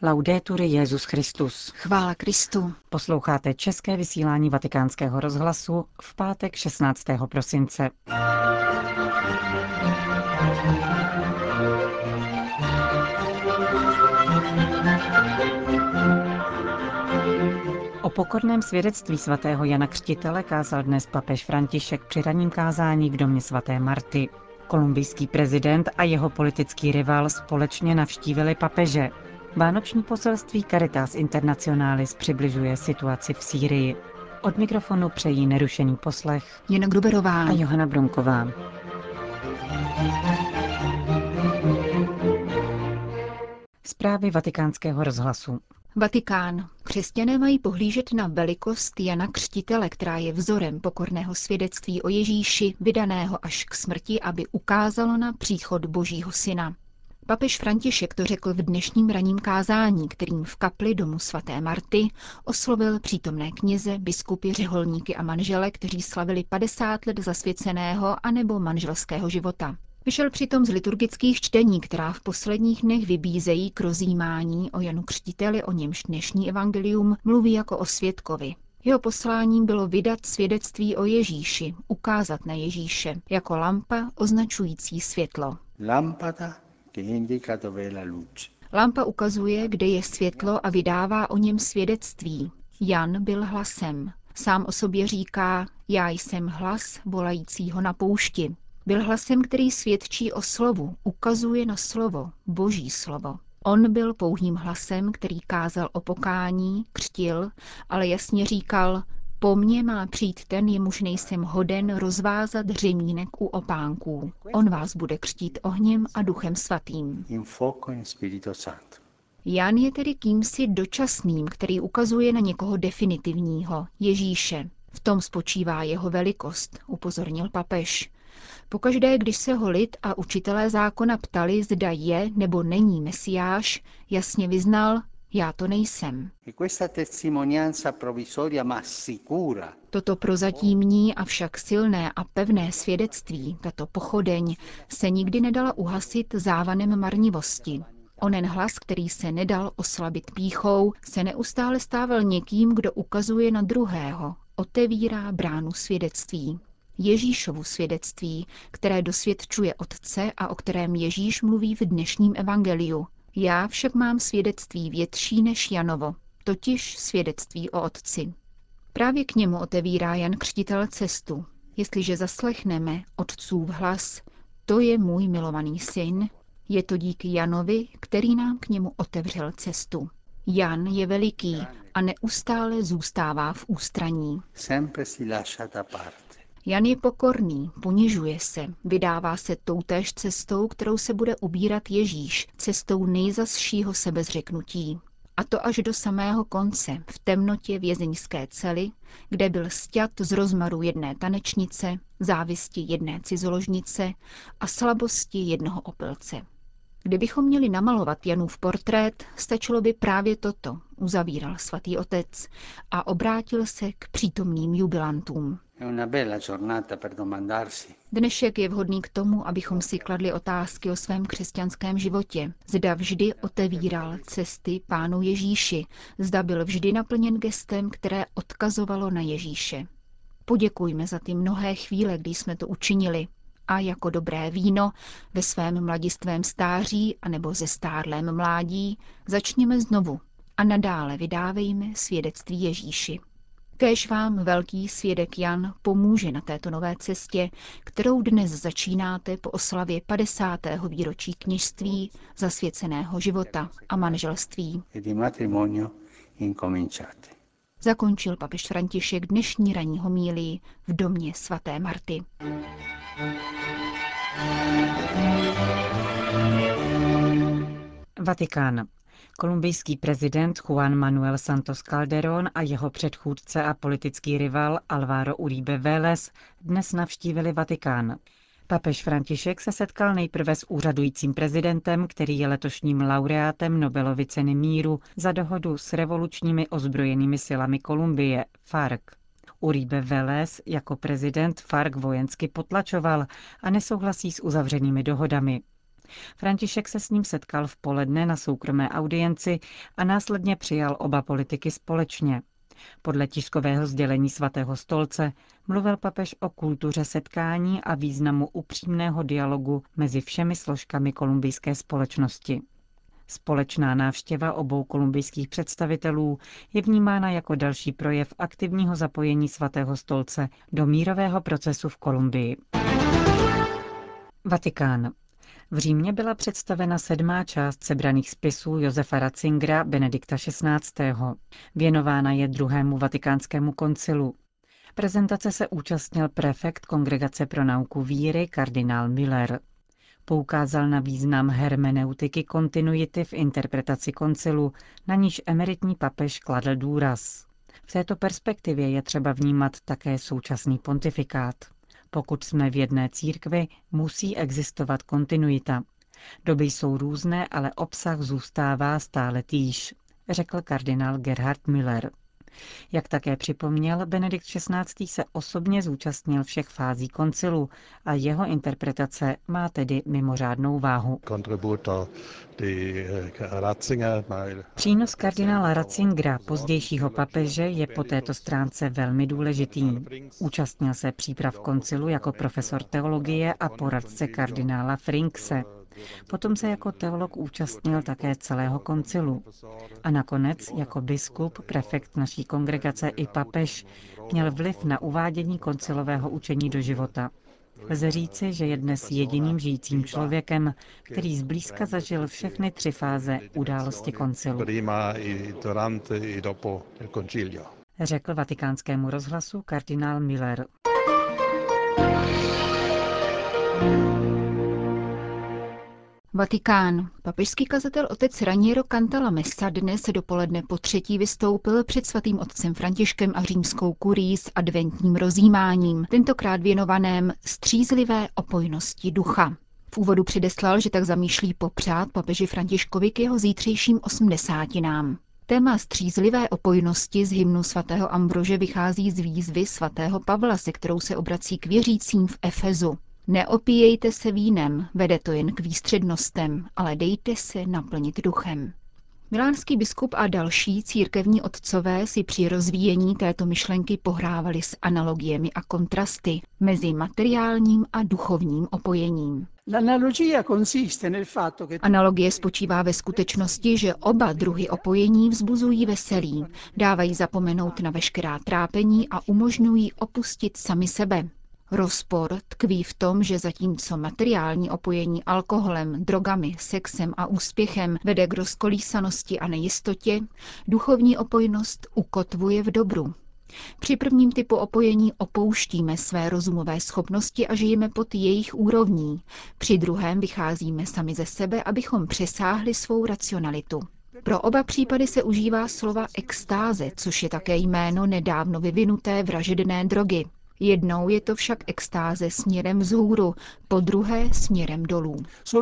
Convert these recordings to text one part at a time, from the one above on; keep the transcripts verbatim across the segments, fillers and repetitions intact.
Laudetur Jesus Christus. Chvála Kristu. Posloucháte české vysílání Vatikánského rozhlasu v pátek šestnáctého prosince. O pokorném svědectví svatého Jana Křtitele kázal dnes papež František při ranním kázání v domě svaté Marty. Kolumbijský prezident a jeho politický rival společně navštívili papeže. Vánoční poselství Caritas Internationalis přibližuje situaci v Sýrii. Od mikrofonu přejí nerušený poslech Jana Gruberová a Johana Brunková. Zprávy Vatikánského rozhlasu. Vatikán. Křesťané mají pohlížet na velikost Jana Křtitele, která je vzorem pokorného svědectví o Ježíši, vydaného až k smrti, aby ukázalo na příchod Božího syna. Papež František to řekl v dnešním ranním kázání, kterým v kapli domu svaté Marty oslovil přítomné kněze, biskupy, řeholníky a manžele, kteří slavili padesát let zasvěceného anebo manželského života. Vyšel přitom z liturgických čtení, která v posledních dnech vybízejí k rozjímání o Janu Křtiteli, o němž dnešní evangelium mluví jako o svědkovi. Jeho posláním bylo vydat svědectví o Ježíši, ukázat na Ježíše, jako lampa označující světlo. Lampada che indica dove è la luce. Lampa ukazuje, kde je světlo a vydává o něm svědectví. Jan byl hlasem. Sám o sobě říká, já jsem hlas volajícího na poušti. Byl hlasem, který svědčí o slovu, ukazuje na slovo, Boží slovo. On byl pouhým hlasem, který kázal o pokání, křtil, ale jasně říkal, po mně má přijít ten, jemuž nejsem hoden rozvázat řemínek u opánků. On vás bude křtít ohněm a duchem svatým. In fuoco e in Spirito Santo. Jan je tedy kýmsi dočasným, který ukazuje na někoho definitivního, Ježíše. V tom spočívá jeho velikost, upozornil papež. Pokaždé, když se ho lid a učitelé zákona ptali, zda je nebo není Mesiáš, jasně vyznal, já to nejsem. E questa testimonianza provvisoria ma sicura Toto prozatímní, avšak silné a pevné svědectví, tato pochodeň, se nikdy nedala uhasit závanem marnivosti. Onen hlas, který se nedal oslabit pýchou, se neustále stával někým, kdo ukazuje na druhého, otevírá bránu svědectví. Ježíšovu svědectví, které dosvědčuje Otce a o kterém Ježíš mluví v dnešním evangeliu. Já však mám svědectví větší než Janovo, totiž svědectví o Otci. Právě k němu otevírá Jan Křtitel cestu. Jestliže zaslechneme Otcův hlas, to je můj milovaný syn, je to díky Janovi, který nám k němu otevřel cestu. Jan je veliký a neustále zůstává v ústraní. sempre si lascia da parte. Jan je pokorný, ponižuje se, vydává se toutéž cestou, kterou se bude ubírat Ježíš, cestou nejzazšího sebezřeknutí. A to až do samého konce, v temnotě vězeňské cely, kde byl sťat z rozmaru jedné tanečnice, závisti jedné cizoložnice a slabosti jednoho opilce. Kdybychom měli namalovat Janův portrét, stačilo by právě toto, uzavíral svatý otec a obrátil se k přítomným jubilantům. È una bella giornata per domandarsi Dnešek je vhodný k tomu, abychom si kladli otázky o svém křesťanském životě. Zda vždy otevíral cesty Pánu Ježíši, zda byl vždy naplněn gestem, které odkazovalo na Ježíše. Poděkujme za ty mnohé chvíle, kdy jsme to učinili. A jako dobré víno ve svém mladistvém stáří anebo ze stárlém mládí začněme znovu a nadále vydávejme svědectví Ježíši. Kéž vám velký svědek Jan pomůže na této nové cestě, kterou dnes začínáte po oslavě padesátého výročí kněžství, zasvěceného života a manželství. e di matrimonio incominciate. Zakončil papež František dnešní ranní homílii v domě svaté Marty. Vatikán. Kolumbijský prezident Juan Manuel Santos Calderón a jeho předchůdce a politický rival Álvaro Uribe Vélez dnes navštívili Vatikán. Papež František se setkal nejprve s úřadujícím prezidentem, který je letošním laureátem Nobelovy ceny míru za dohodu s revolučními ozbrojenými silami Kolumbie, FARC. Uribe Vélez jako prezident FARC vojensky potlačoval a nesouhlasí s uzavřenými dohodami. František se s ním setkal v poledne na soukromé audienci a následně přijal oba politiky společně. Podle tiskového sdělení Svatého stolce mluvil papež o kultuře setkání a významu upřímného dialogu mezi všemi složkami kolumbijské společnosti. Společná návštěva obou kolumbijských představitelů je vnímána jako další projev aktivního zapojení Svatého stolce do mírového procesu v Kolumbii. Vatikán. V Římě byla představena sedmá část sebraných spisů Josefa Ratzingera Benedikta šestnáctého. Věnována je druhému vatikánskému koncilu. Prezentace se účastnil prefekt Kongregace pro nauku víry kardinál Müller. Poukázal na význam hermeneutiky kontinuity v interpretaci koncilu, na níž emeritní papež kladl důraz. V této perspektivě je třeba vnímat také současný pontifikát. Pokud jsme v jedné církvi, musí existovat kontinuita. Doby jsou různé, ale obsah zůstává stále týž, řekl kardinál Gerhard Müller. Jak také připomněl, Benedikt šestnáctý se osobně zúčastnil všech fází koncilu a jeho interpretace má tedy mimořádnou váhu. Přínos kardinála Ratzingera, pozdějšího papeže, je po této stránce velmi důležitý. Účastnil se příprav koncilu jako profesor teologie a poradce kardinála Frinkse. Potom se jako teolog účastnil také celého koncilu. A nakonec jako biskup, prefekt naší kongregace i papež měl vliv na uvádění koncilového učení do života. Lze říci, že je dnes jediným žijícím člověkem, který zblízka zažil všechny tři fáze události koncilu. Řekl vatikánskému rozhlasu kardinál Müller. Vatikán. Papežský kazatel otec Raniero Cantalamessa dnes dopoledne po třetí vystoupil před svatým otcem Františkem a římskou kurií s adventním rozjímáním, tentokrát věnovaném střízlivé opojnosti ducha. V úvodu předeslal, že tak zamýšlí popřát papeži Františkovi k jeho zítřejším osmdesátinám. Téma střízlivé opojnosti z hymnu svatého Ambrože vychází z výzvy svatého Pavla, se kterou se obrací k věřícím v Efezu. Neopíjejte se vínem, vede to jen k výstřednostem, ale dejte se naplnit duchem. Milánský biskup a další církevní otcové si při rozvíjení této myšlenky pohrávali s analogiemi a kontrasty mezi materiálním a duchovním opojením. Analogie spočívá ve skutečnosti, že oba druhy opojení vzbuzují veselí, dávají zapomenout na veškerá trápení a umožňují opustit sami sebe. Rozpor tkví v tom, že zatímco materiální opojení alkoholem, drogami, sexem a úspěchem vede k rozkolísanosti a nejistotě, duchovní opojnost ukotvuje v dobru. Při prvním typu opojení opouštíme své rozumové schopnosti a žijeme pod jejich úrovní. Při druhém vycházíme sami ze sebe, abychom přesáhli svou racionalitu. Pro oba případy se užívá slova extáze, což je také jméno nedávno vyvinuté vražedné drogy. Jednou je to však extáze směrem vzhůru, po druhé směrem dolů.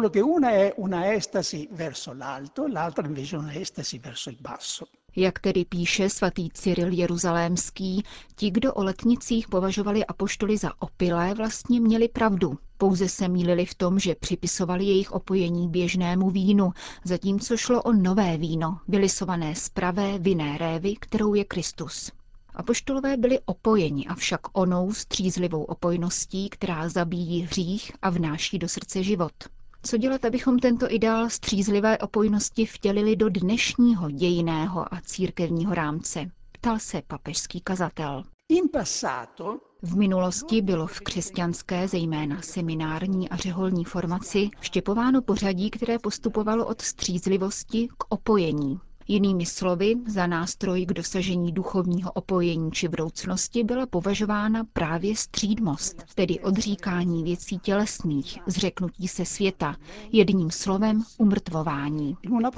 Jak tedy píše svatý Cyril Jeruzalémský, ti, kdo o letnicích považovali apoštoly za opilé, vlastně měli pravdu. Pouze se mýlili v tom, že připisovali jejich opojení běžnému vínu, zatímco šlo o nové víno, vylisované z pravé vinné révy, kterou je Kristus. Apoštolové byli opojeni, avšak onou střízlivou opojností, která zabíjí hřích a vnáší do srdce život. Co dělat, abychom tento ideál střízlivé opojnosti vtělili do dnešního dějinného a církevního rámce? Ptal se papežský kazatel. V minulosti bylo v křesťanské, zejména seminární a řeholní formaci vštěpováno pořadí, které postupovalo od střízlivosti k opojení. Jinými slovy, za nástroj k dosažení duchovního opojení či vroucnosti byla považována právě střídmost, tedy odříkání věcí tělesných, zřeknutí se světa, jedním slovem umrtvování.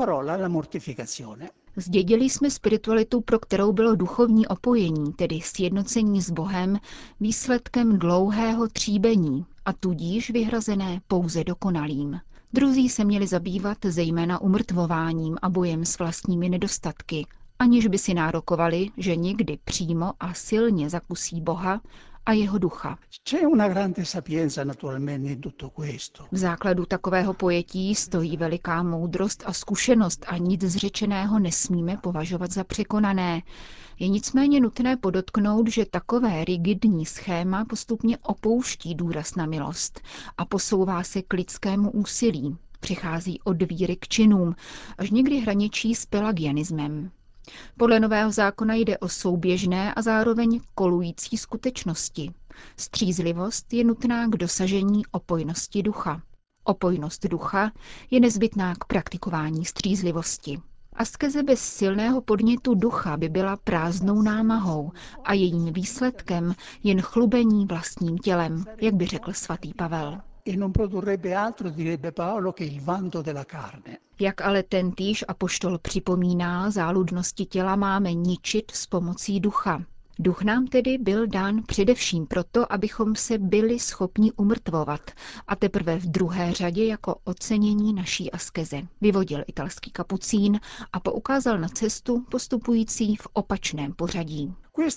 Zdědili jsme spiritualitu, pro kterou bylo duchovní opojení, tedy sjednocení s Bohem, výsledkem dlouhého tříbení a tudíž vyhrazené pouze dokonalým. Druzí se měli zabývat zejména umrtvováním a bojem s vlastními nedostatky, aniž by si nárokovali, že někdy přímo a silně zakusí Boha a jeho ducha. C'è una grande sapienza naturalmente in tutto questo. V základu takového pojetí stojí veliká moudrost a zkušenost a nic zřečeného nesmíme považovat za překonané. Je nicméně nutné podotknout, že takové rigidní schéma postupně opouští důraz na milost a posouvá se k lidskému úsilí. Přichází od víry k činům, až někdy hraničí s pelagianismem. Podle Nového zákona jde o souběžné a zároveň kolující skutečnosti. Střízlivost je nutná k dosažení opojnosti ducha. Opojnost ducha je nezbytná k praktikování střízlivosti. Askeze bez silného podnětu ducha by byla prázdnou námahou a jejím výsledkem jen chlubení vlastním tělem, jak by řekl svatý Pavel. E non produrrebbe altro, direbbe Paolo, che il vanto della carne. Jak ale tentýž apoštol připomíná, záludnosti těla máme ničit s pomocí ducha. Duch nám tedy byl dán především proto, abychom se byli schopni umrtvovat a teprve v druhé řadě jako ocenění naší askeze, vyvodil italský kapucín a poukázal na cestu postupující v opačném pořadí.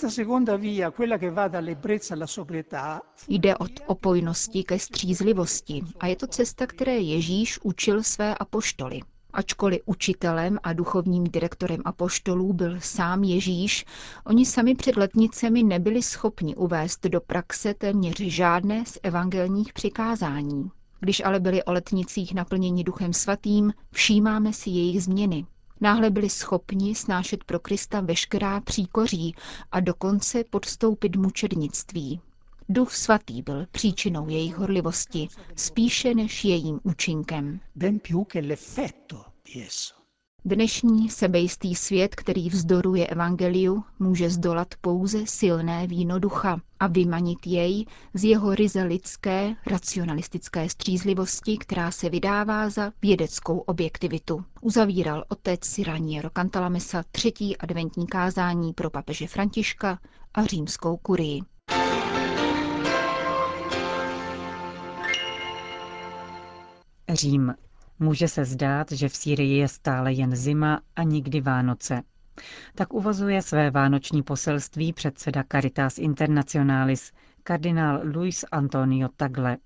Jde od opojnosti ke střízlivosti a je to cesta, které Ježíš učil své apoštoly. Ačkoliv učitelem a duchovním direktorem apoštolů byl sám Ježíš, oni sami před letnicemi nebyli schopni uvést do praxe téměř žádné z evangelních přikázání. Když ale byli o letnicích naplněni Duchem Svatým, všímáme si jejich změny. Náhle byli schopni snášet pro Krista veškerá příkoří a dokonce podstoupit mučednictví. Duch Svatý byl příčinou jejich horlivosti, spíše než jejím účinkem. Dnešní sebejistý svět, který vzdoruje evangeliu, může zdolat pouze silné víno ducha a vymanit jej z jeho ryze lidské, racionalistické střízlivosti, která se vydává za vědeckou objektivitu. Uzavíral otec Cyraniero Cantalamessa třetí adventní kázání pro papeže Františka a římskou kurii. Řím. Může se zdát, že v Sýrii je stále jen zima a nikdy Vánoce. Tak uvozuje své vánoční poselství předseda Caritas Internationalis, kardinál Luis Antonio Tagle.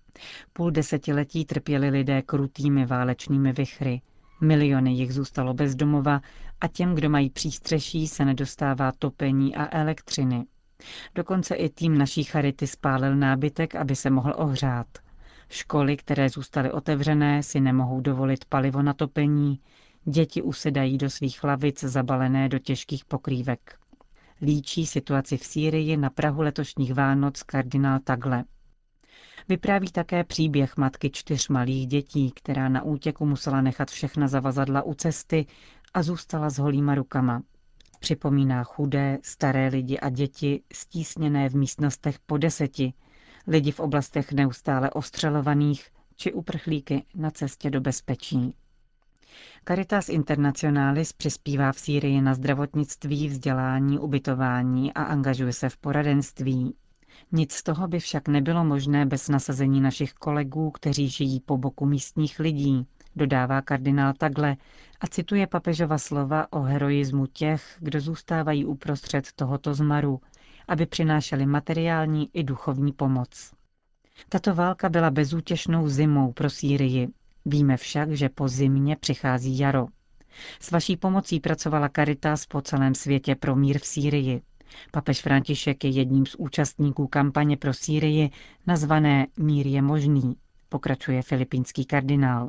Půl desetiletí trpěli lidé krutými válečnými vichry. Miliony jich zůstalo bez domova a těm, kdo mají přístřeší, se nedostává topení a elektřiny. Dokonce i tým naší charity spálil nábytek, aby se mohl ohřát. Školy, které zůstaly otevřené, si nemohou dovolit palivo na topení, děti usedají do svých lavic zabalené do těžkých pokrývek. Líčí situaci v Sýrii na prahu letošních Vánoc kardinál Tagle. Vypráví také příběh matky čtyř malých dětí, která na útěku musela nechat všechna zavazadla u cesty a zůstala s holýma rukama. Připomíná chudé, staré lidi a děti stísněné v místnostech po deseti, lidi v oblastech neustále ostřelovaných či uprchlíky na cestě do bezpečí. Caritas Internationalis přispívá v Sýrii na zdravotnictví, vzdělání, ubytování a angažuje se v poradenství. Nic z toho by však nebylo možné bez nasazení našich kolegů, kteří žijí po boku místních lidí, dodává kardinál Tagle a cituje papežova slova o heroismu těch, kdo zůstávají uprostřed tohoto zmaru, aby přinášeli materiální i duchovní pomoc. Tato válka byla bezútěšnou zimou pro Sýrii. Víme však, že po zimě přichází jaro. S vaší pomocí pracovala Caritas po celém světě pro mír v Sýrii. Papež František je jedním z účastníků kampaně pro Sýrii nazvané Mír je možný, pokračuje filipínský kardinál.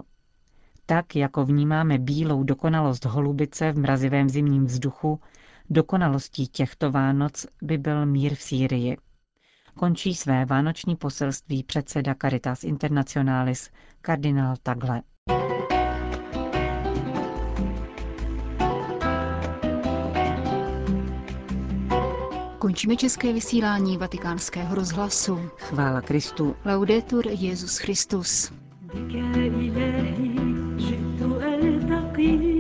Tak, jako vnímáme bílou dokonalost holubice v mrazivém zimním vzduchu, dokonalostí těchto Vánoc by byl mír v Sýrii. Končí své vánoční poselství předseda Caritas Internationalis, kardinál Tagle. Končíme české vysílání Vatikánského rozhlasu. Chvála Kristu. Laudetur Jesus Christus.